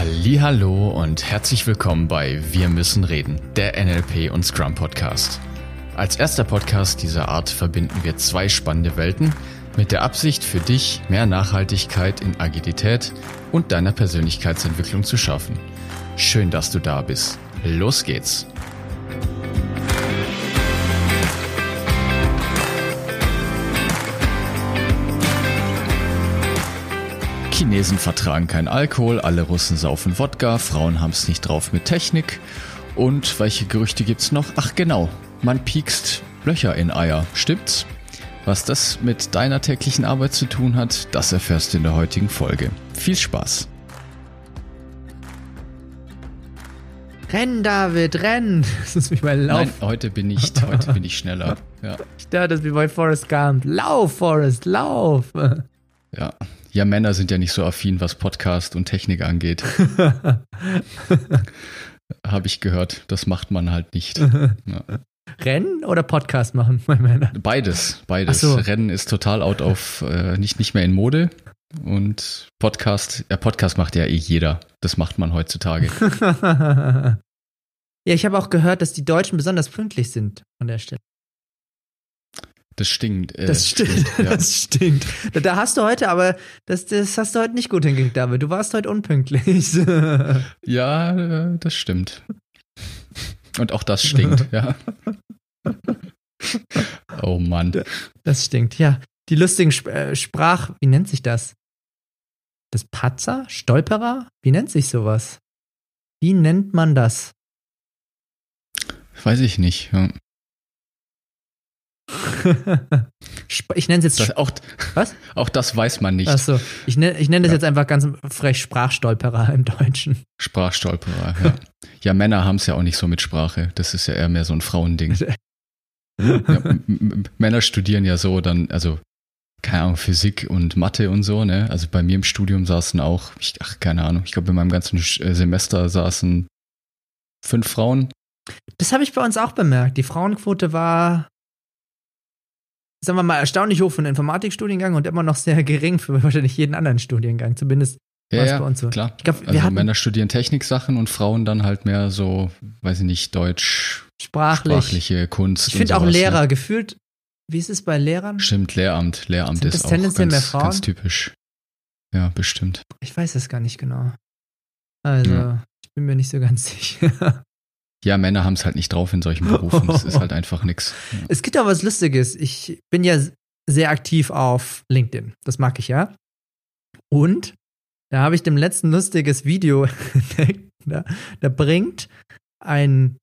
Hallihallo und herzlich willkommen bei Wir müssen reden, der NLP und Scrum Podcast. Als erster Podcast dieser Art verbinden wir zwei spannende Welten mit der Absicht für dich, mehr Nachhaltigkeit in Agilität und deiner Persönlichkeitsentwicklung zu schaffen. Schön, dass du da bist. Los geht's! Chinesen vertragen kein Alkohol, alle Russen saufen Wodka, Frauen haben's nicht drauf mit Technik. Und welche Gerüchte gibt's noch? Ach genau, man piekst Löcher in Eier, stimmt's? Was das mit deiner täglichen Arbeit zu tun hat, das erfährst du in der heutigen Folge. Viel Spaß! Renn, David, renn! Das ist wie bei Lauf. Nein, heute bin ich schneller. Ja. Ich dachte, das ist wie bei Forrest Gump. Lauf, Forrest, lauf! Ja, Männer sind ja nicht so affin, was Podcast und Technik angeht. Habe ich gehört, das macht man halt nicht. Ja. Rennen oder Podcast machen, meine Männer? Beides. Ach so. Rennen ist total out of, nicht mehr in Mode. Und Podcast macht ja eh jeder. Das macht man heutzutage. Ja, ich habe auch gehört, dass die Deutschen besonders pünktlich sind an der Stelle. Das stinkt. Das stinkt. Ja. Das stinkt. Da hast du heute, aber das hast du heute nicht gut hingekriegt, David. Du warst heute unpünktlich. Ja, das stimmt. Und auch das stinkt, ja. Oh Mann. Das stinkt, ja. Die lustigen wie nennt sich das? Das Patzer? Stolperer? Wie nennt sich sowas? Wie nennt man das? Weiß ich nicht, ja. Ich nenne es jetzt. Was? Auch das weiß man nicht. Achso, ich nenne das jetzt einfach ganz frech Sprachstolperer im Deutschen. Sprachstolperer, ja. Ja, Männer haben es ja auch nicht so mit Sprache. Das ist ja eher mehr so ein Frauending. Ja, Männer studieren ja so dann, also, keine Ahnung, Physik und Mathe und so, ne? Also bei mir im Studium saßen auch, keine Ahnung, ich glaube in meinem ganzen Semester saßen 5 Frauen. Das habe ich bei uns auch bemerkt. Die Frauenquote war, sagen wir mal, erstaunlich hoch für einen Informatikstudiengang und immer noch sehr gering für wahrscheinlich jeden anderen Studiengang. Zumindest war es bei uns so. Klar. Ich glaub, also Männer studieren Techniksachen und Frauen dann halt mehr so, weiß ich nicht, Deutsch, sprachliche Kunst. Ich finde auch Lehrer gefühlt, wie ist es bei Lehrern? Stimmt, Lehramt ist auch ganz typisch. Ja, bestimmt. Ich weiß es gar nicht genau. Also, Ich bin mir nicht so ganz sicher. Ja, Männer haben es halt nicht drauf in solchen Berufen. Das ist halt einfach nix. Ja. Es gibt auch was Lustiges. Ich bin ja sehr aktiv auf LinkedIn. Das mag ich ja. Und da habe ich dem letzten lustiges Video entdeckt. Da bringt ein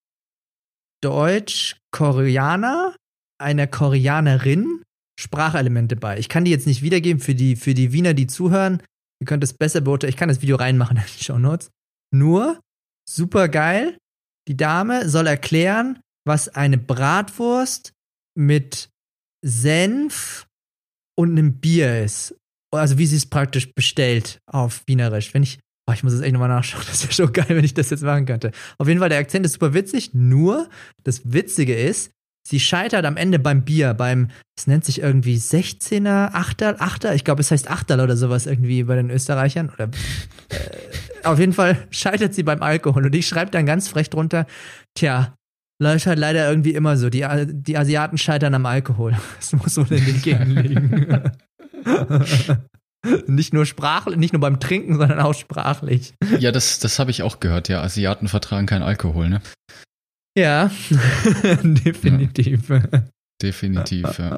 Deutsch-Koreaner einer Koreanerin Sprachelemente bei. Ich kann die jetzt nicht wiedergeben für die Wiener, die zuhören. Ihr könnt es besser beurteilen. Ich kann das Video reinmachen in die Shownotes. Nur, super geil. Die Dame soll erklären, was eine Bratwurst mit Senf und einem Bier ist. Also wie sie es praktisch bestellt auf Wienerisch. Ich muss das echt nochmal nachschauen. Das wäre schon geil, wenn ich das jetzt machen könnte. Auf jeden Fall, der Akzent ist super witzig. Nur, das Witzige ist, sie scheitert am Ende beim Bier, es nennt sich irgendwie 16er, Achter, ich glaube, es heißt Achterl oder sowas irgendwie bei den Österreichern. Oder auf jeden Fall scheitert sie beim Alkohol. Und ich schreibe dann ganz frech drunter, tja, läuft halt leider irgendwie immer so. Die Asiaten scheitern am Alkohol. Das muss wohl in den Genen liegen. Nicht nur beim Trinken, sondern auch sprachlich. Ja, das habe ich auch gehört, ja. Asiaten vertragen keinen Alkohol, ne? Ja, definitiv. Ja. Definitiv, ja.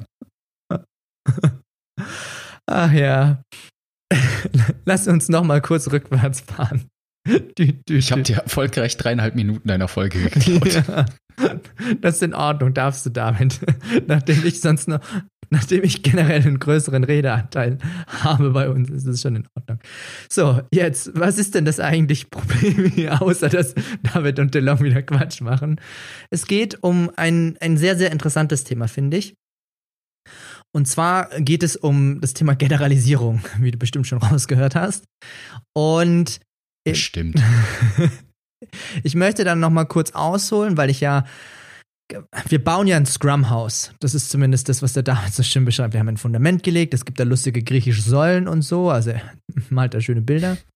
Ach ja. Lass uns noch mal kurz rückwärts fahren. Ich habe dir erfolgreich 3,5 Minuten deiner Folge geklaut. Ja, das ist in Ordnung, darfst du damit. Nachdem ich generell einen größeren Redeanteil habe bei uns, ist es schon in Ordnung. So, jetzt, was ist denn das eigentliche Problem hier, außer dass David und DeLong wieder Quatsch machen? Es geht um ein sehr, sehr interessantes Thema, finde ich. Und zwar geht es um das Thema Generalisierung, wie du bestimmt schon rausgehört hast. Und bestimmt. Ich möchte dann noch mal kurz ausholen, weil wir bauen ja ein Scrum-Haus. Das ist zumindest das, was der David so schön beschreibt. Wir haben ein Fundament gelegt, es gibt da lustige griechische Säulen und so, also malt da schöne Bilder.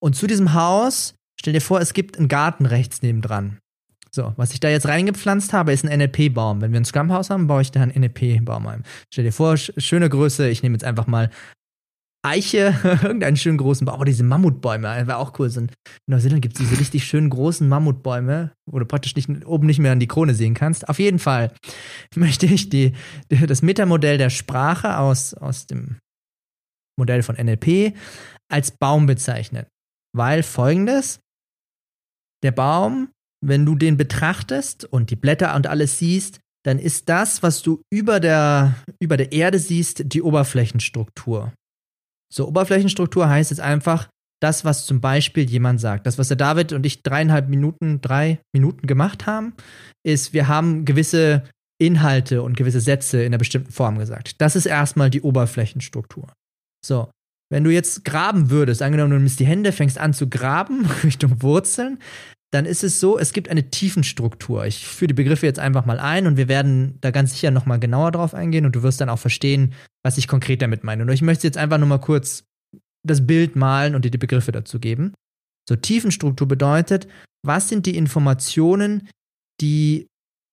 Und zu diesem Haus, stell dir vor, es gibt einen Garten rechts nebendran. So, was ich da jetzt reingepflanzt habe, ist ein NLP-Baum. Wenn wir ein Scrum-Haus haben, baue ich da einen NLP-Baum ein. Stell dir vor, schöne Größe, ich nehme jetzt einfach mal Eiche, irgendeinen schönen großen Baum. Oh, diese Mammutbäume, war auch cool. In Neuseeland gibt es diese richtig schönen großen Mammutbäume, wo du praktisch oben nicht mehr an die Krone sehen kannst. Auf jeden Fall möchte ich das Metamodell der Sprache aus dem Modell von NLP als Baum bezeichnen. Weil folgendes, der Baum, wenn du den betrachtest und die Blätter und alles siehst, dann ist das, was du über der Erde siehst, die Oberflächenstruktur. So, Oberflächenstruktur heißt jetzt einfach das, was zum Beispiel jemand sagt. Das, was der David und ich 3 Minuten gemacht haben, ist, wir haben gewisse Inhalte und gewisse Sätze in einer bestimmten Form gesagt. Das ist erstmal die Oberflächenstruktur. So, wenn du jetzt graben würdest, angenommen, du nimmst die Hände, fängst an zu graben Richtung Wurzeln, dann ist es so, es gibt eine Tiefenstruktur. Ich führe die Begriffe jetzt einfach mal ein und wir werden da ganz sicher noch mal genauer drauf eingehen und du wirst dann auch verstehen, was ich konkret damit meine. Und ich möchte jetzt einfach nur mal kurz das Bild malen und dir die Begriffe dazu geben. So, Tiefenstruktur bedeutet, was sind die Informationen, die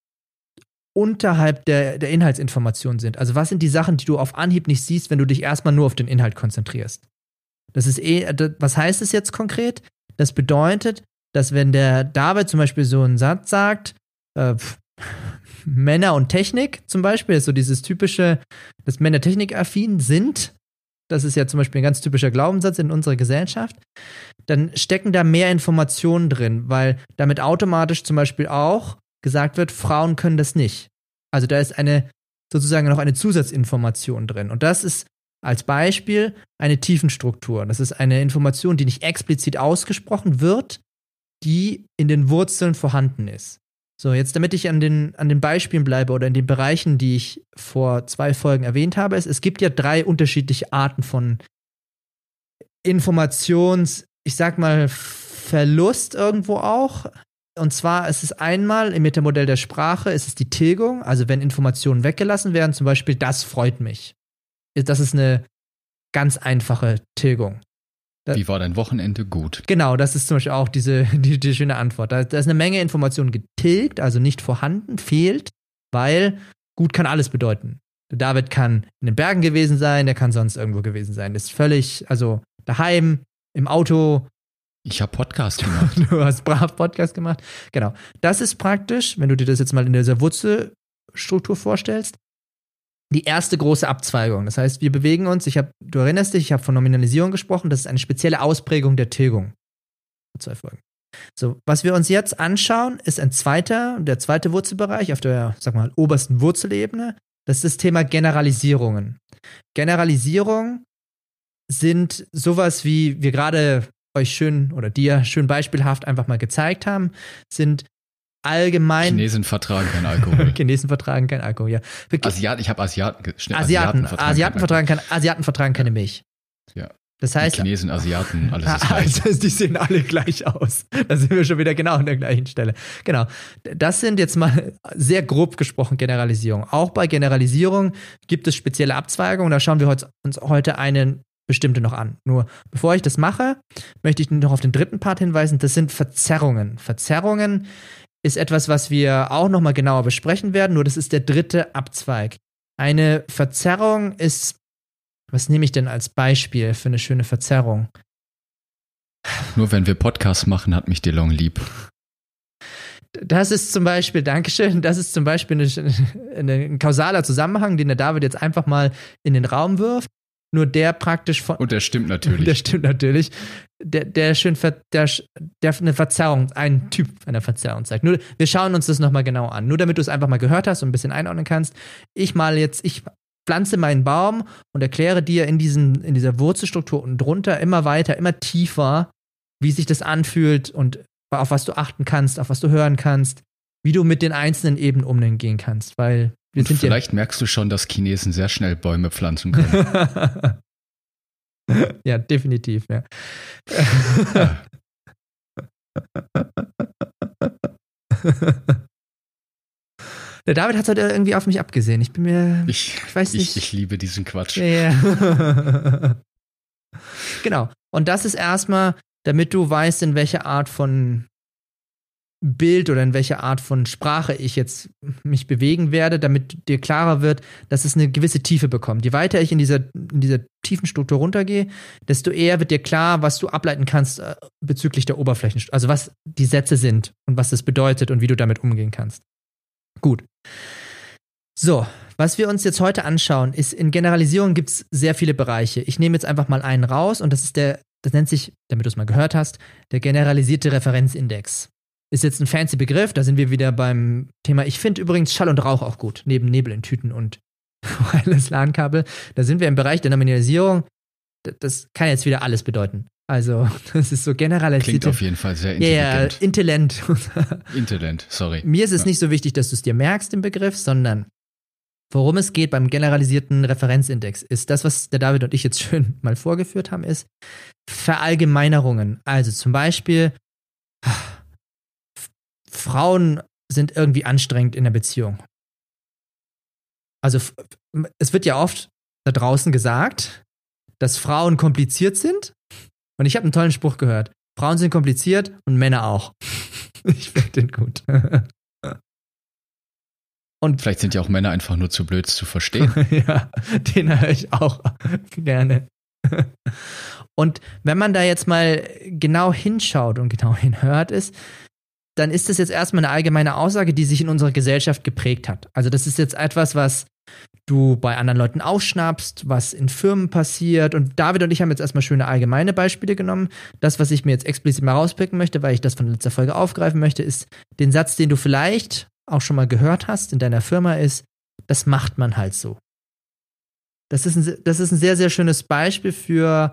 unterhalb der Inhaltsinformation sind? Also was sind die Sachen, die du auf Anhieb nicht siehst, wenn du dich erstmal nur auf den Inhalt konzentrierst? Was heißt es jetzt konkret? Das bedeutet, dass wenn der David zum Beispiel so einen Satz sagt, Männer und Technik zum Beispiel, ist so dieses typische, dass Männer technikaffin sind, das ist ja zum Beispiel ein ganz typischer Glaubenssatz in unserer Gesellschaft, dann stecken da mehr Informationen drin, weil damit automatisch zum Beispiel auch gesagt wird, Frauen können das nicht. Also da ist sozusagen noch eine Zusatzinformation drin. Und das ist als Beispiel eine Tiefenstruktur. Das ist eine Information, die nicht explizit ausgesprochen wird, die in den Wurzeln vorhanden ist. So, jetzt damit ich an den Beispielen bleibe oder in den Bereichen, die ich vor 2 Folgen erwähnt habe, es gibt ja 3 unterschiedliche Arten von ich sag mal, Verlust irgendwo auch. Und zwar ist es einmal im Metamodell der Sprache, ist es die Tilgung, also wenn Informationen weggelassen werden, zum Beispiel, das freut mich. Das ist eine ganz einfache Tilgung. Wie war dein Wochenende? Gut. Genau, das ist zum Beispiel auch die schöne Antwort. Da ist eine Menge Information getilgt, also nicht vorhanden, fehlt, weil gut kann alles bedeuten. Der David kann in den Bergen gewesen sein, der kann sonst irgendwo gewesen sein. Das ist völlig, also daheim, im Auto. Ich habe Podcast gemacht. Du hast brav Podcast gemacht. Genau. Das ist praktisch, wenn du dir das jetzt mal in dieser Wurzelstruktur vorstellst, die erste große Abzweigung. Das heißt, wir bewegen uns, du erinnerst dich, ich habe von Nominalisierung gesprochen, das ist eine spezielle Ausprägung der Tilgung. 2 Folgen. So, was wir uns jetzt anschauen, ist der zweite Wurzelbereich auf der, sag mal, obersten Wurzelebene. Das ist das Thema Generalisierungen. Generalisierungen sind sowas, wie wir gerade euch schön oder dir schön beispielhaft einfach mal gezeigt haben, sind allgemein. Chinesen vertragen kein Alkohol. Chinesen vertragen kein Alkohol, ja. Ich habe Asiaten Asiaten vertragen keine Milch. Ja. Das heißt, Chinesen, Asiaten, alles ist gleich. Also, die sehen alle gleich aus. Da sind wir schon wieder genau an der gleichen Stelle. Genau. Das sind jetzt mal sehr grob gesprochen Generalisierungen. Auch bei Generalisierung gibt es spezielle Abzweigungen. Da schauen wir uns heute eine bestimmte noch an. Nur bevor ich das mache, möchte ich noch auf den dritten Part hinweisen. Das sind Verzerrungen. Verzerrungen ist etwas, was wir auch noch mal genauer besprechen werden. Nur das ist der dritte Abzweig. Eine Verzerrung ist, was nehme ich denn als Beispiel für eine schöne Verzerrung? Nur wenn wir Podcasts machen, hat mich DeLong lieb. Das ist zum Beispiel, Dankeschön, das ist zum Beispiel ein kausaler Zusammenhang, den der David jetzt einfach mal in den Raum wirft. Nur der praktisch von. Und der stimmt natürlich. Der stimmt natürlich. Der eine Verzerrung, ein Typ einer Verzerrung zeigt. Nur, wir schauen uns das nochmal genau an. Nur damit du es einfach mal gehört hast und ein bisschen einordnen kannst. Ich pflanze meinen Baum und erkläre dir in dieser Wurzelstruktur unten drunter immer weiter, immer tiefer, wie sich das anfühlt und auf was du achten kannst, auf was du hören kannst, wie du mit den einzelnen Ebenen umgehen kannst, weil wir sind vielleicht merkst du schon, dass Chinesen sehr schnell Bäume pflanzen können. Ja, definitiv, ja. Der David hat heute irgendwie auf mich abgesehen. Ich weiß nicht. Ich liebe diesen Quatsch. Ja. Genau. Und das ist erstmal damit du weißt, in welcher Art von Bild oder in welcher Art von Sprache ich jetzt mich bewegen werde, damit dir klarer wird, dass es eine gewisse Tiefe bekommt. Je weiter ich in dieser tiefen Struktur runtergehe, desto eher wird dir klar, was du ableiten kannst bezüglich der Oberflächen, also was die Sätze sind und was das bedeutet und wie du damit umgehen kannst. Gut. So, was wir uns jetzt heute anschauen, ist, in Generalisierung gibt es sehr viele Bereiche. Ich nehme jetzt einfach mal einen raus und das nennt sich, damit du es mal gehört hast, der generalisierte Referenzindex. Ist jetzt ein fancy Begriff, da sind wir wieder beim Thema. Ich finde übrigens Schall und Rauch auch gut, neben Nebel in Tüten und Wireless LAN-Kabel. Da sind wir im Bereich der Nominalisierung. Das kann jetzt wieder alles bedeuten. Also, das ist so generalisiert. Klingt auf jeden Fall sehr intelligent. Ja, Intellent. Intelligent, sorry. Mir ist es nicht so wichtig, dass du es dir merkst, den Begriff, sondern worum es geht beim generalisierten Referenzindex ist das, was der David und ich jetzt schön mal vorgeführt haben, ist Verallgemeinerungen. Also zum Beispiel Frauen sind irgendwie anstrengend in der Beziehung. Also es wird ja oft da draußen gesagt, dass Frauen kompliziert sind. Und ich habe einen tollen Spruch gehört. Frauen sind kompliziert und Männer auch. Ich finde den gut. Und vielleicht sind ja auch Männer einfach nur zu blöd, es zu verstehen. Ja, den höre ich auch gerne. Und wenn man da jetzt mal genau hinschaut und genau hinhört, dann ist das jetzt erstmal eine allgemeine Aussage, die sich in unserer Gesellschaft geprägt hat. Also das ist jetzt etwas, was du bei anderen Leuten aufschnappst, was in Firmen passiert. Und David und ich haben jetzt erstmal schöne allgemeine Beispiele genommen. Das, was ich mir jetzt explizit mal rauspicken möchte, weil ich das von letzter Folge aufgreifen möchte, ist den Satz, den du vielleicht auch schon mal gehört hast in deiner Firma, ist, das macht man halt so. Das ist ein sehr, sehr schönes Beispiel für,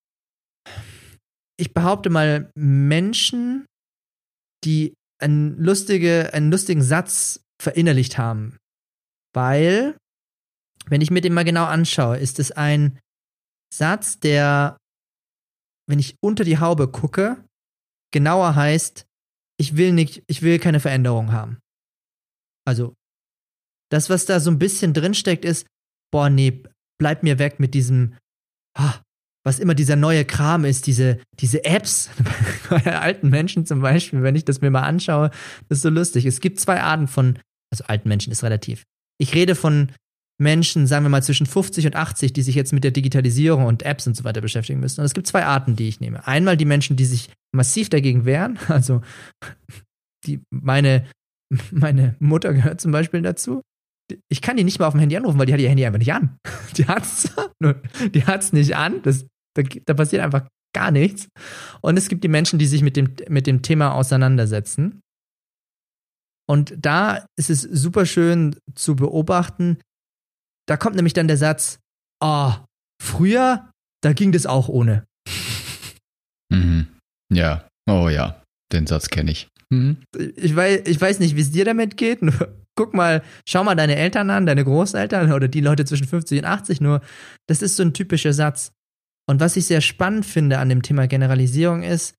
ich behaupte mal, Menschen, die einen lustigen Satz verinnerlicht haben. Weil, wenn ich mir den mal genau anschaue, ist es ein Satz, der, wenn ich unter die Haube gucke, genauer heißt, ich will keine Veränderung haben. Also, das, was da so ein bisschen drinsteckt, ist, boah, nee, bleib mir weg mit diesem, was immer dieser neue Kram ist, diese Apps, bei alten Menschen zum Beispiel, wenn ich das mir mal anschaue, das ist so lustig. Es gibt zwei Arten von, also alten Menschen ist relativ. Ich rede von Menschen, sagen wir mal zwischen 50 und 80, die sich jetzt mit der Digitalisierung und Apps und so weiter beschäftigen müssen. Und es gibt zwei Arten, die ich nehme. Einmal die Menschen, die sich massiv dagegen wehren, also meine Mutter gehört zum Beispiel dazu. Ich kann die nicht mal auf dem Handy anrufen, weil die hat ihr Handy einfach nicht an. Die hat's nicht an. Da passiert einfach gar nichts. Und es gibt die Menschen, die sich mit dem Thema auseinandersetzen. Und da ist es super schön zu beobachten. Da kommt nämlich dann der Satz, früher, da ging das auch ohne. Mhm. Ja, oh ja, den Satz kenne ich. Mhm. Ich weiß nicht, wie es dir damit geht. Nur schau mal deine Eltern an, deine Großeltern oder die Leute zwischen 50 und 80. Nur, das ist so ein typischer Satz. Und was ich sehr spannend finde an dem Thema Generalisierung ist,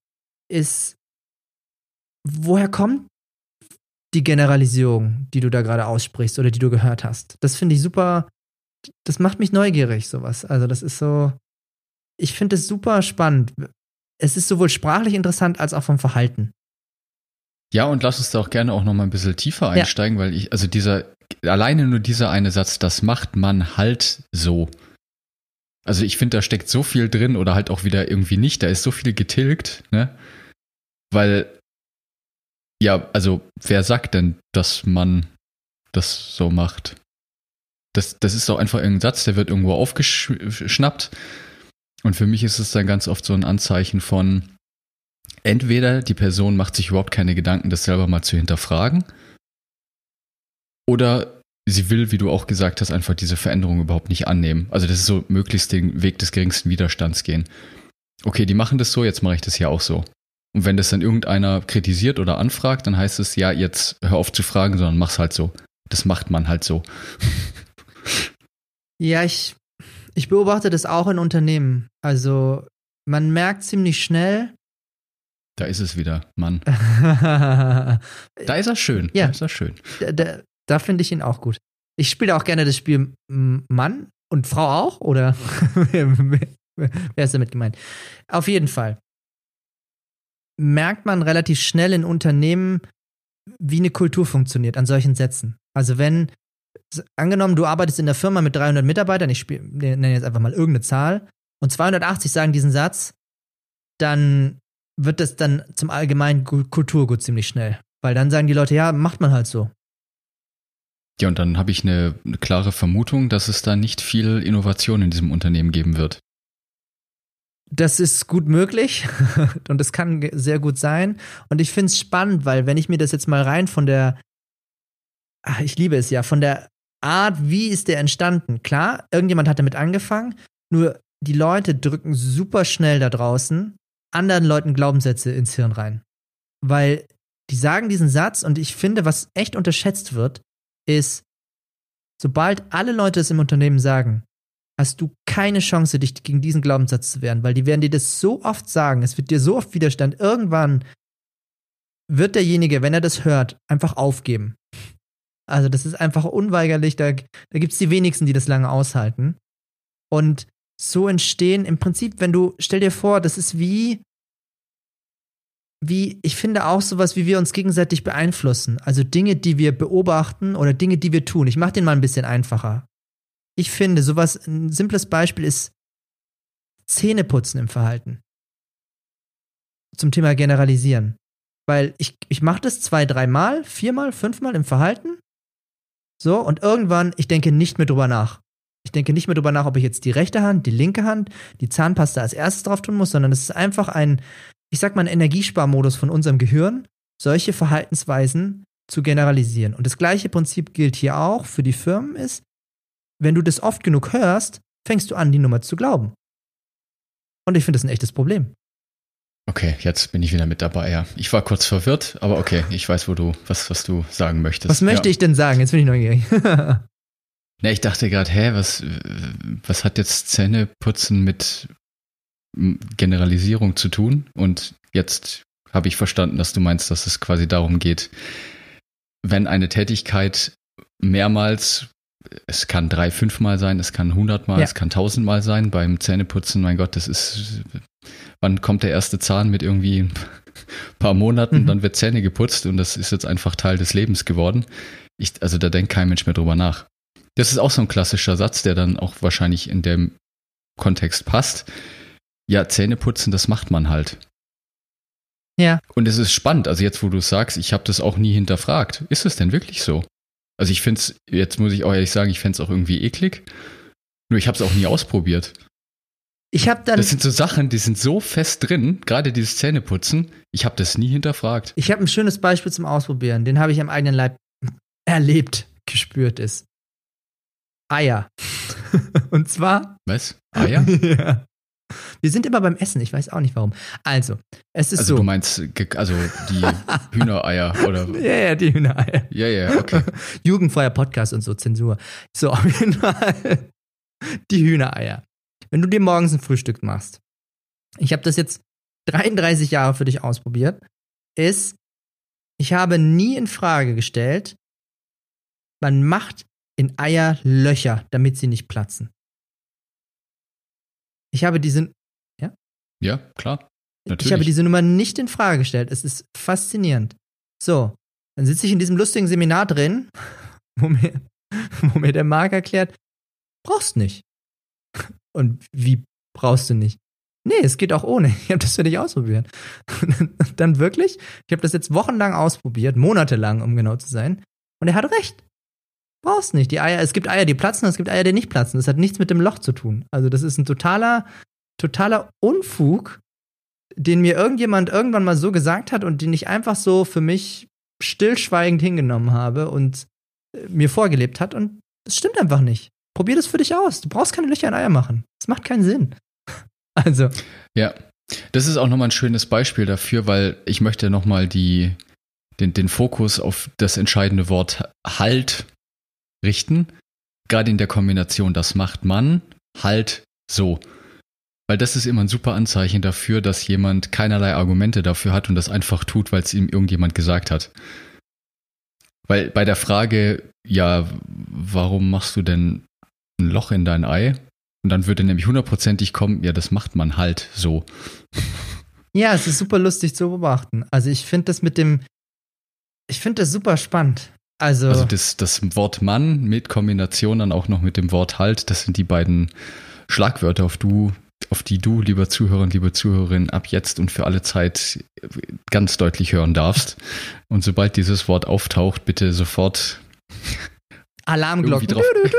woher kommt die Generalisierung, die du da gerade aussprichst oder die du gehört hast? Das finde ich super, das macht mich neugierig, sowas. Also das ist so, ich finde es super spannend. Es ist sowohl sprachlich interessant als auch vom Verhalten. Ja, und lass uns da auch gerne auch noch mal ein bisschen tiefer einsteigen, weil alleine nur dieser eine Satz, das macht man halt so. Also ich finde, da steckt so viel drin oder halt auch wieder irgendwie nicht, da ist so viel getilgt, ne? Weil, ja, also wer sagt denn, dass man das so macht? Das ist doch einfach irgendein Satz, der wird irgendwo aufgeschnappt und für mich ist es dann ganz oft so ein Anzeichen von, entweder die Person macht sich überhaupt keine Gedanken, das selber mal zu hinterfragen, oder sie will, wie du auch gesagt hast, einfach diese Veränderung überhaupt nicht annehmen. Also das ist so möglichst den Weg des geringsten Widerstands gehen. Okay, die machen das so, jetzt mache ich das ja auch so. Und wenn das dann irgendeiner kritisiert oder anfragt, dann heißt es, ja, jetzt hör auf zu fragen, sondern mach's halt so. Das macht man halt so. Ja, ich beobachte das auch in Unternehmen. Also man merkt ziemlich schnell, da ist es wieder, Mann. Da ist er schön. Ja. Da ist er schön. Da finde ich ihn auch gut. Ich spiele auch gerne das Spiel Mann und Frau auch, oder wer ist damit gemeint? Auf jeden Fall. merkt man relativ schnell in Unternehmen, wie eine Kultur funktioniert an solchen Sätzen. Also angenommen, du arbeitest in der Firma mit 300 Mitarbeitern, ich nenne jetzt einfach mal irgendeine Zahl, und 280 sagen diesen Satz, dann wird das dann zum allgemeinen Kulturgut ziemlich schnell. Weil dann sagen die Leute, ja, macht man halt so. Ja, und dann habe ich eine klare Vermutung, dass es da nicht viel Innovation in diesem Unternehmen geben wird. Das ist gut möglich und das kann sehr gut sein. Und ich finde es spannend, weil wenn ich mir das jetzt mal rein von der Art, wie ist der entstanden? Klar, irgendjemand hat damit angefangen, nur die Leute drücken super schnell da draußen anderen Leuten Glaubenssätze ins Hirn rein. Weil die sagen diesen Satz und ich finde, was echt unterschätzt wird, ist, sobald alle Leute es im Unternehmen sagen, hast du keine Chance, dich gegen diesen Glaubenssatz zu wehren, weil die werden dir das so oft sagen, es wird dir so oft Widerstand, irgendwann wird derjenige, wenn er das hört, einfach aufgeben. Also das ist einfach unweigerlich, da gibt es die wenigsten, die das lange aushalten. Und so entstehen im Prinzip, stell dir vor, das ist wie ich finde auch sowas, wie wir uns gegenseitig beeinflussen. Also Dinge, die wir beobachten oder Dinge, die wir tun. Ich mache den mal ein bisschen einfacher. Ich finde, ein simples Beispiel ist Zähneputzen im Verhalten. Zum Thema Generalisieren. Weil ich mache das 2, 3 Mal, 4 Mal, 5 Mal im Verhalten. So, und irgendwann, ich denke nicht mehr drüber nach. Ich denke nicht mehr drüber nach, ob ich jetzt die rechte Hand, die linke Hand, die Zahnpasta als erstes drauf tun muss, sondern es ist einfach ein Energiesparmodus von unserem Gehirn, solche Verhaltensweisen zu generalisieren. Und das gleiche Prinzip gilt hier auch für die Firmen ist, wenn du das oft genug hörst, fängst du an, die Nummer zu glauben. Und ich finde das ein echtes Problem. Okay, jetzt bin ich wieder mit dabei, ja. Ich war kurz verwirrt, aber okay, ich weiß, was du sagen möchtest. Was möchte ich denn sagen? Jetzt bin ich neugierig. Na, ich dachte gerade, was hat jetzt Zähneputzen mit Generalisierung zu tun? Und jetzt habe ich verstanden, dass du meinst, dass es quasi darum geht, wenn eine Tätigkeit mehrmals, es kann 3, 5 Mal sein, es kann 100 Mal, es kann 1000 Mal sein. Beim Zähneputzen, mein Gott, wann kommt der erste Zahn mit irgendwie ein paar Monaten, dann wird Zähne geputzt und das ist jetzt einfach Teil des Lebens geworden. Also da denkt kein Mensch mehr drüber nach. Das ist auch so ein klassischer Satz, der dann auch wahrscheinlich in dem Kontext passt. Ja, Zähneputzen, das macht man halt. Ja. Und es ist spannend, also jetzt, wo du es sagst, ich habe das auch nie hinterfragt. Ist es denn wirklich so? Also ich finde es, jetzt muss ich auch ehrlich sagen, ich fände es auch irgendwie eklig. Nur ich habe es auch nie ausprobiert. Das sind so Sachen, die sind so fest drin, gerade dieses Zähneputzen, ich habe das nie hinterfragt. Ich habe ein schönes Beispiel zum Ausprobieren, den habe ich am eigenen Leib erlebt, gespürt ist. Eier. Und zwar. Was? Eier? Ja. Wir sind immer beim Essen, ich weiß auch nicht warum. Also, es ist so. Also du meinst, die Hühnereier, oder? Ja, die Hühnereier. Ja, okay. Jugendfreier Podcast und so, Zensur. So, auf jeden Fall die Hühnereier. Wenn du dir morgens ein Frühstück machst, ich habe das jetzt 33 Jahre für dich ausprobiert, ich habe nie in Frage gestellt, man macht in Eier Löcher, damit sie nicht platzen. Ich habe diese. Ja? Ja, klar. Natürlich. Ich habe diese Nummer nicht in Frage gestellt. Es ist faszinierend. So, dann sitze ich in diesem lustigen Seminar drin, wo mir der Marc erklärt, brauchst nicht. Und wie brauchst du nicht? Nee, es geht auch ohne. Ich habe das für dich ausprobiert. Dann wirklich, ich habe das jetzt wochenlang ausprobiert, monatelang, um genau zu sein. Und er hat recht. Brauchst nicht. Es gibt Eier, die platzen, es gibt Eier, die nicht platzen. Das hat nichts mit dem Loch zu tun. Also das ist ein totaler Unfug, den mir irgendjemand irgendwann mal so gesagt hat und den ich einfach so für mich stillschweigend hingenommen habe und mir vorgelebt hat. Und das stimmt einfach nicht. Probier das für dich aus. Du brauchst keine Löcher in Eier machen. Das macht keinen Sinn. Also. Ja, das ist auch nochmal ein schönes Beispiel dafür, weil ich möchte nochmal den Fokus auf das entscheidende Wort Halt richten. Gerade in der Kombination, das macht man halt so. Weil das ist immer ein super Anzeichen dafür, dass jemand keinerlei Argumente dafür hat und das einfach tut, weil es ihm irgendjemand gesagt hat. Weil bei der Frage, ja, warum machst du denn ein Loch in dein Ei? Und dann würde nämlich hundertprozentig kommen, ja, das macht man halt so. Ja, es ist super lustig zu beobachten. Also ich finde das super spannend. Also das Wort Mann mit Kombination dann auch noch mit dem Wort Halt, das sind die beiden Schlagwörter, auf die du, lieber Zuhörer und liebe Zuhörerin, ab jetzt und für alle Zeit ganz deutlich hören darfst. Und sobald dieses Wort auftaucht, bitte sofort Alarmglocken.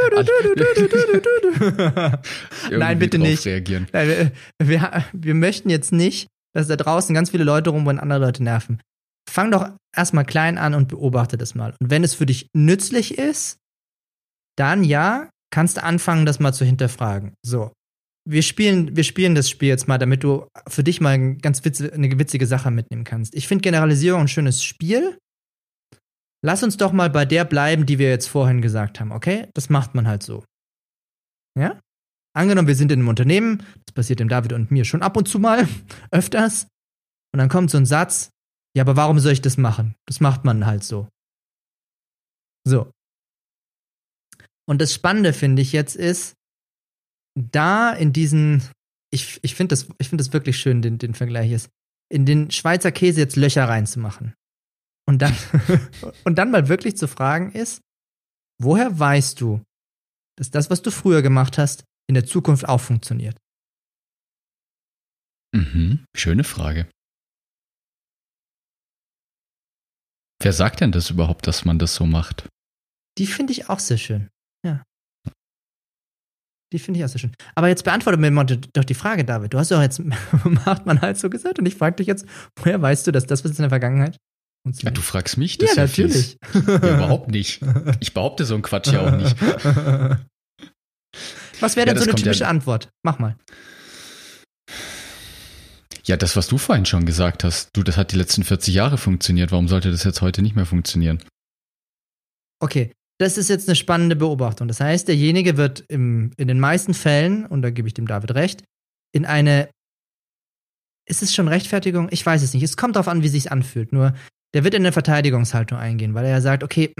Nein, bitte nicht. Reagieren. Nein, wir möchten jetzt nicht, dass da draußen ganz viele Leute rumrennen, andere Leute nerven. Fang doch erstmal klein an und beobachte das mal. Und wenn es für dich nützlich ist, dann ja, kannst du anfangen, das mal zu hinterfragen. So. Wir spielen das Spiel jetzt mal, damit du für dich mal eine witzige Sache mitnehmen kannst. Ich finde Generalisierung ein schönes Spiel. Lass uns doch mal bei der bleiben, die wir jetzt vorhin gesagt haben, okay? Das macht man halt so. Ja? Angenommen, wir sind in einem Unternehmen, das passiert dem David und mir schon ab und zu mal, öfters, und dann kommt so ein Satz, ja, aber warum soll ich das machen? Das macht man halt so. So. Und das Spannende, finde ich jetzt, ist, da in diesen, ich finde das wirklich schön, den Vergleich ist, in den Schweizer Käse jetzt Löcher reinzumachen. Und dann mal wirklich zu fragen ist, woher weißt du, dass das, was du früher gemacht hast, in der Zukunft auch funktioniert? Schöne Frage. Wer sagt denn das überhaupt, dass man das so macht? Die finde ich auch sehr schön. Ja. Die finde ich auch sehr schön. Aber jetzt beantworte mir mal doch die Frage, David. Du hast doch jetzt, macht man halt so gesagt, und ich frage dich jetzt, woher weißt du, dass das, was in der Vergangenheit Ja, du fragst mich das ja natürlich. Ja, überhaupt nicht. Ich behaupte so einen Quatsch ja auch nicht. Was wäre denn so eine typische Antwort? Mach mal. Ja, das, was du vorhin schon gesagt hast. Das hat die letzten 40 Jahre funktioniert. Warum sollte das jetzt heute nicht mehr funktionieren? Okay, das ist jetzt eine spannende Beobachtung. Das heißt, derjenige wird in den meisten Fällen, und da gebe ich dem David recht, ist es schon Rechtfertigung? Ich weiß es nicht. Es kommt darauf an, wie es sich anfühlt. Nur der wird in eine Verteidigungshaltung eingehen, weil er ja sagt, okay,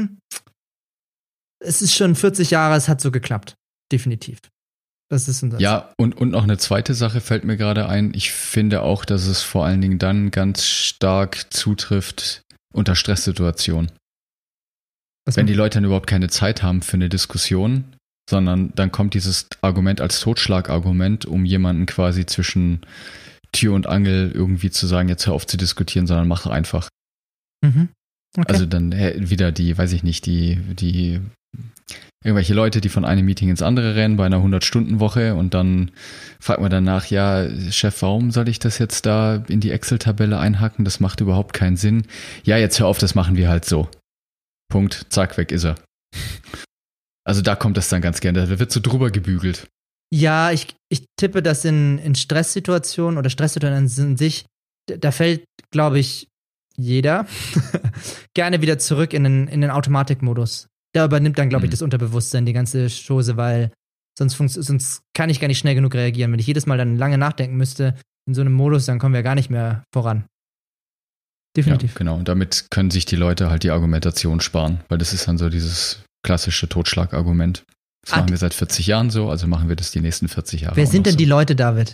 es ist schon 40 Jahre, es hat so geklappt. Definitiv. Das ist ein Satz. Ja, und noch eine zweite Sache fällt mir gerade ein. Ich finde auch, dass es vor allen Dingen dann ganz stark zutrifft unter Stresssituationen. Wenn die Leute dann überhaupt keine Zeit haben für eine Diskussion, sondern dann kommt dieses Argument als Totschlagargument, um jemanden quasi zwischen Tür und Angel irgendwie zu sagen, jetzt hör auf zu diskutieren, sondern mach einfach. Mhm. Okay. Also dann wieder die, weiß ich nicht, die irgendwelche Leute, die von einem Meeting ins andere rennen bei einer 100-Stunden-Woche und dann fragt man danach, ja, Chef, warum soll ich das jetzt da in die Excel-Tabelle einhacken? Das macht überhaupt keinen Sinn. Ja, jetzt hör auf, das machen wir halt so. Punkt, zack, weg ist er. Also da kommt das dann ganz gerne, da wird so drüber gebügelt. Ja, ich tippe, dass in Stresssituationen oder Stresssituationen in sich, da fällt, glaube ich, jeder gerne wieder zurück in den Automatikmodus. Da übernimmt dann, glaube ich, das Unterbewusstsein die ganze Chose, weil sonst kann ich gar nicht schnell genug reagieren. Wenn ich jedes Mal dann lange nachdenken müsste in so einem Modus, dann kommen wir gar nicht mehr voran. Definitiv. Ja, genau. Und damit können sich die Leute halt die Argumentation sparen, weil das ist dann so dieses klassische Totschlagargument. Das machen wir seit 40 Jahren so, also machen wir das die nächsten 40 Jahre. Wer sind denn so. die Leute, David?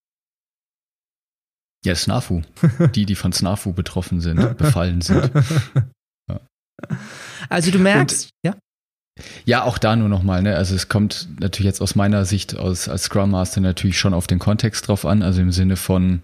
Ja, SNAFU. die von SNAFU betroffen sind, befallen sind. Ja. Also du merkst, ja? Ja, auch da nur nochmal, ne? Also es kommt natürlich jetzt aus meiner Sicht als Scrum Master natürlich schon auf den Kontext drauf an, also im Sinne von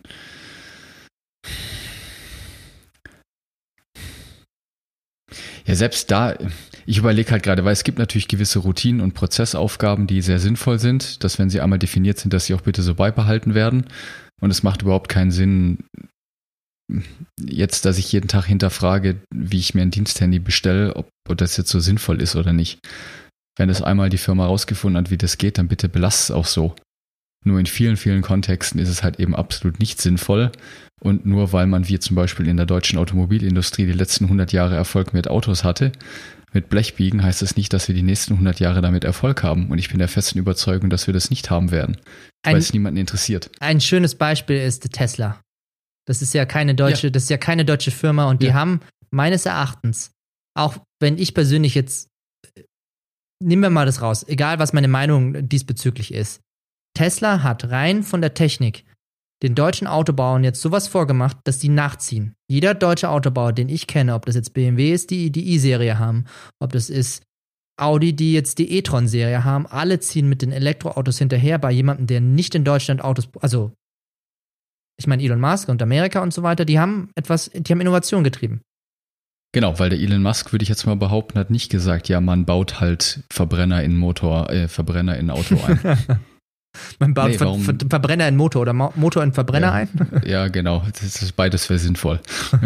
ja, selbst da, ich überlege halt gerade, weil es gibt natürlich gewisse Routinen und Prozessaufgaben, die sehr sinnvoll sind, dass wenn sie einmal definiert sind, dass sie auch bitte so beibehalten werden. Und es macht überhaupt keinen Sinn, jetzt, dass ich jeden Tag hinterfrage, wie ich mir ein Diensthandy bestelle, ob das jetzt so sinnvoll ist oder nicht. Wenn das einmal die Firma rausgefunden hat, wie das geht, dann bitte belasst es auch so. Nur in vielen, vielen Kontexten ist es halt eben absolut nicht sinnvoll. Und nur weil man, wie zum Beispiel in der deutschen Automobilindustrie, die letzten 100 Jahre Erfolg mit Autos hatte, mit Blechbiegen, heißt das nicht, dass wir die nächsten 100 Jahre damit Erfolg haben. Und ich bin der festen Überzeugung, dass wir das nicht haben werden, weil es niemanden interessiert. Ein schönes Beispiel ist Tesla. Das ist ja keine deutsche Firma und die haben meines Erachtens, auch wenn ich persönlich jetzt, nehmen wir mal das raus, egal was meine Meinung diesbezüglich ist, Tesla hat rein von der Technik den deutschen Autobauern jetzt sowas vorgemacht, dass die nachziehen. Jeder deutsche Autobauer, den ich kenne, ob das jetzt BMW ist, die i-Serie haben, ob das ist Audi, die jetzt die e-tron-Serie haben, alle ziehen mit den Elektroautos hinterher bei jemandem, der nicht in Deutschland Autos, also ich meine Elon Musk und Amerika und so weiter, die haben Innovation getrieben. Genau, weil der Elon Musk, würde ich jetzt mal behaupten, hat nicht gesagt, ja, man baut halt Verbrenner in Auto ein. Man baut Verbrenner in Motor oder Motor in Verbrenner ein? Ja, genau. Beides wäre sinnvoll.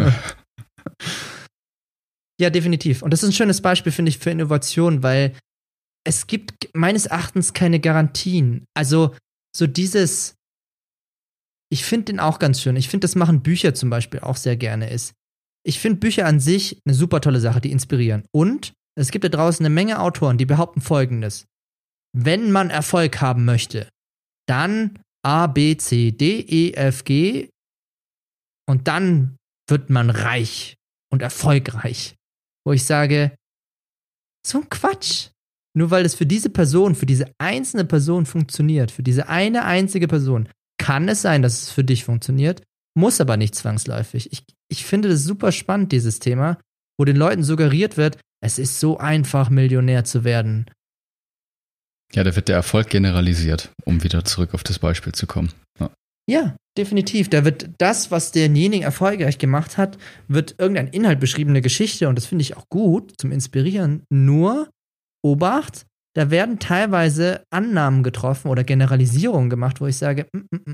Ja, definitiv. Und das ist ein schönes Beispiel, finde ich, für Innovation, weil es gibt meines Erachtens keine Garantien. Also so dieses, ich finde den auch ganz schön. Ich finde, das machen Bücher zum Beispiel auch sehr gerne. Ich finde Bücher an sich eine super tolle Sache, die inspirieren. Und es gibt da draußen eine Menge Autoren, die behaupten Folgendes. Wenn man Erfolg haben möchte, dann A, B, C, D, E, F, G und dann wird man reich und erfolgreich. Wo ich sage, so ein Quatsch. Nur weil das für diese Person, für diese einzelne Person funktioniert, für diese eine einzige Person, kann es sein, dass es für dich funktioniert, muss aber nicht zwangsläufig. Ich finde das super spannend, dieses Thema, wo den Leuten suggeriert wird, es ist so einfach, Millionär zu werden. Ja, da wird der Erfolg generalisiert, um wieder zurück auf das Beispiel zu kommen. Ja, definitiv. Da wird das, was denjenigen erfolgreich gemacht hat, wird irgendein Inhalt beschrieben, eine Geschichte, und das finde ich auch gut zum Inspirieren. Nur, Obacht, da werden teilweise Annahmen getroffen oder Generalisierungen gemacht, wo ich sage,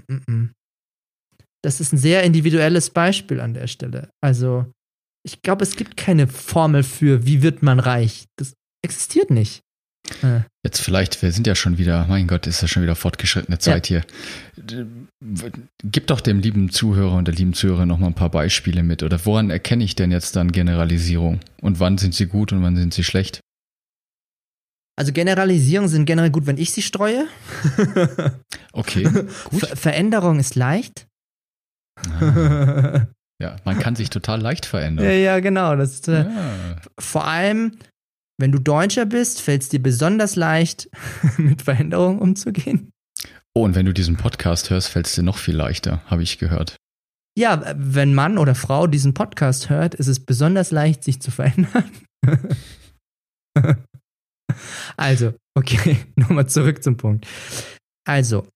das ist ein sehr individuelles Beispiel an der Stelle. Also, ich glaube, es gibt keine Formel für, wie wird man reich. Das existiert nicht. Jetzt vielleicht, wir sind ja schon wieder, mein Gott, ist ja schon wieder fortgeschrittene Zeit hier. Gib doch dem lieben Zuhörer und der lieben Zuhörerin noch mal ein paar Beispiele mit. Oder woran erkenne ich denn jetzt dann Generalisierung? Und wann sind sie gut und wann sind sie schlecht? Also Generalisierungen sind generell gut, wenn ich sie streue. Okay, gut. Veränderung ist leicht. Ja, man kann sich total leicht verändern. Ja, genau. Das ist, vor allem, wenn du Deutscher bist, fällt es dir besonders leicht, mit Veränderungen umzugehen. Oh, und wenn du diesen Podcast hörst, fällt es dir noch viel leichter, habe ich gehört. Ja, wenn Mann oder Frau diesen Podcast hört, ist es besonders leicht, sich zu verändern. Also, okay, nochmal zurück zum Punkt. Also,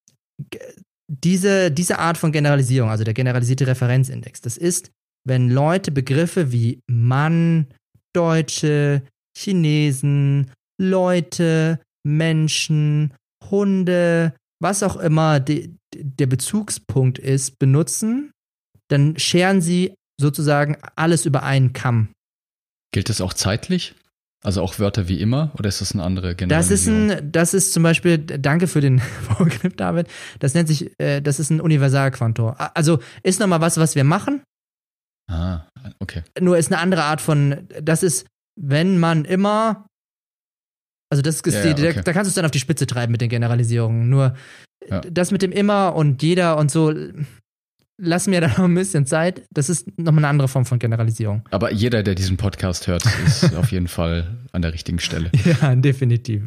diese Art von Generalisierung, also der generalisierte Referenzindex, das ist, wenn Leute Begriffe wie Mann, Deutsche, Chinesen, Leute, Menschen, Hunde, was auch immer der Bezugspunkt ist, benutzen, dann scheren sie sozusagen alles über einen Kamm. Gilt das auch zeitlich? Also auch Wörter wie immer? Oder ist das eine andere Generalisierung? Das ist zum Beispiel, danke für den Vorgriff, David, das nennt sich, das ist ein Universalquantor. Also ist nochmal was wir machen. Ah, okay. Nur ist eine andere Art von, das ist, wenn man immer, also das ist okay. Da kannst du es dann auf die Spitze treiben mit den Generalisierungen. Nur das mit dem immer und jeder und so, lass mir da noch ein bisschen Zeit. Das ist nochmal eine andere Form von Generalisierung. Aber jeder, der diesen Podcast hört, ist auf jeden Fall an der richtigen Stelle. Ja, definitiv.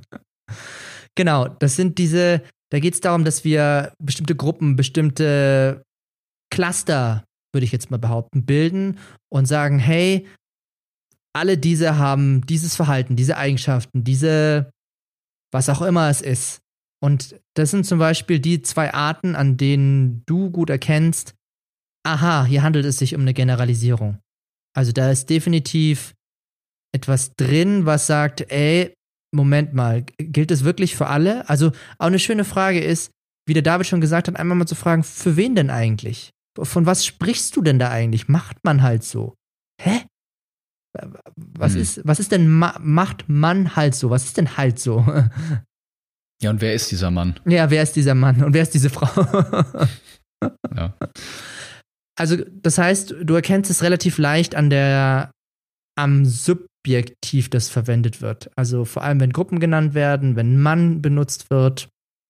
Genau, das sind da geht es darum, dass wir bestimmte Gruppen, bestimmte Cluster, würde ich jetzt mal behaupten, bilden und sagen, hey, alle diese haben dieses Verhalten, diese Eigenschaften, was auch immer es ist. Und das sind zum Beispiel die 2 Arten, an denen du gut erkennst, aha, hier handelt es sich um eine Generalisierung. Also da ist definitiv etwas drin, was sagt, ey, Moment mal, gilt es wirklich für alle? Also auch eine schöne Frage ist, wie der David schon gesagt hat, einmal mal zu fragen, für wen denn eigentlich? Von was sprichst du denn da eigentlich? Macht man halt so. Hä? Was ist denn macht man halt so? Was ist denn halt so? Ja, und wer ist dieser Mann? Ja, wer ist dieser Mann und wer ist diese Frau? Ja. Also, das heißt, du erkennst es relativ leicht am Subjektiv, das verwendet wird. Also vor allem, wenn Gruppen genannt werden, wenn Mann benutzt wird.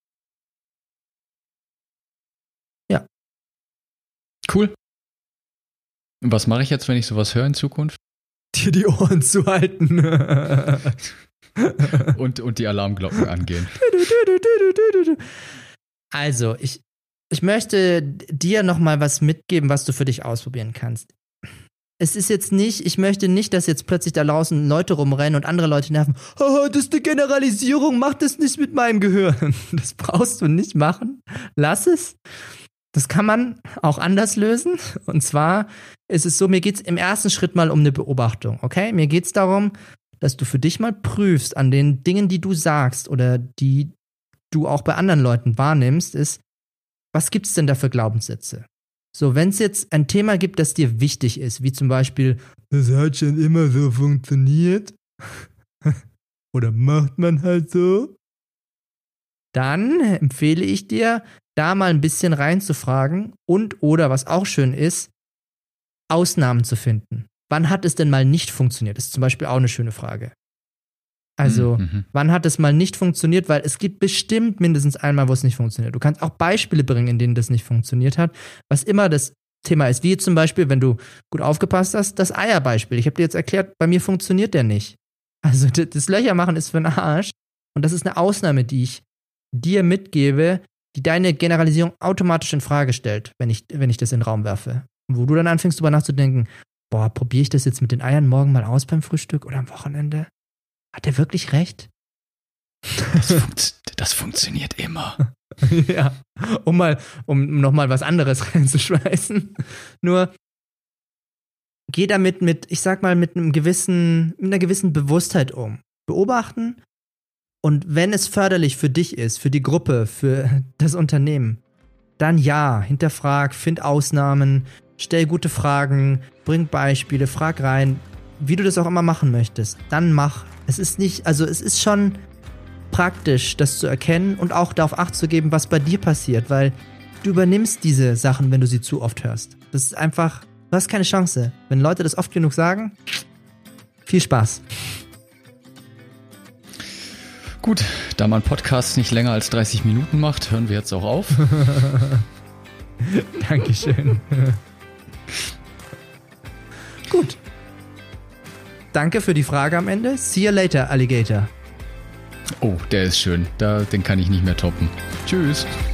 Ja. Cool. Und was mache ich jetzt, wenn ich sowas höre in Zukunft? Dir die Ohren zuhalten. und die Alarmglocken angehen. Also, dir nochmal was mitgeben, was du für dich ausprobieren kannst. Es ist jetzt nicht, ich möchte nicht, dass jetzt plötzlich da draußen Leute rumrennen und andere Leute nerven. Oh, das ist eine Generalisierung, mach das nicht mit meinem Gehirn. Das brauchst du nicht machen. Lass es. Das kann man auch anders lösen. Und zwar ist es so, mir geht es im ersten Schritt mal um eine Beobachtung, okay? Mir geht es darum, dass du für dich mal prüfst an den Dingen, die du sagst oder die du auch bei anderen Leuten wahrnimmst, ist, was gibt es denn da für Glaubenssätze? So, wenn es jetzt ein Thema gibt, das dir wichtig ist, wie zum Beispiel, das hat schon immer so funktioniert oder macht man halt so, dann empfehle ich dir, da mal ein bisschen reinzufragen und oder, was auch schön ist, Ausnahmen zu finden. Wann hat es denn mal nicht funktioniert? Das ist zum Beispiel auch eine schöne Frage. Also, wann hat es mal nicht funktioniert? Weil es gibt bestimmt mindestens einmal, wo es nicht funktioniert. Du kannst auch Beispiele bringen, in denen das nicht funktioniert hat, was immer das Thema ist. Wie zum Beispiel, wenn du gut aufgepasst hast, das Eierbeispiel. Ich habe dir jetzt erklärt, bei mir funktioniert der nicht. Also, das Löcher machen ist für den Arsch. Und das ist eine Ausnahme, die ich dir mitgebe, die deine Generalisierung automatisch in Frage stellt, wenn ich das in den Raum werfe. Und wo du dann anfängst, drüber nachzudenken, boah, probiere ich das jetzt mit den Eiern morgen mal aus beim Frühstück oder am Wochenende? Hat er wirklich recht? Das funktioniert immer. Ja, um nochmal was anderes reinzuschmeißen. Nur, geh damit mit einer gewissen Bewusstheit um. Beobachten und wenn es förderlich für dich ist, für die Gruppe, für das Unternehmen, dann ja, hinterfrag, find Ausnahmen, stell gute Fragen, bring Beispiele, frag rein, wie du das auch immer machen möchtest, dann mach. Es ist schon praktisch, das zu erkennen und auch darauf Acht zu geben, was bei dir passiert, weil du übernimmst diese Sachen, wenn du sie zu oft hörst. Das ist einfach, du hast keine Chance. Wenn Leute das oft genug sagen, viel Spaß. Gut, da man Podcasts nicht länger als 30 Minuten macht, hören wir jetzt auch auf. Dankeschön. Gut. Danke für die Frage am Ende. See you later, Alligator. Oh, der ist schön. Den kann ich nicht mehr toppen. Tschüss.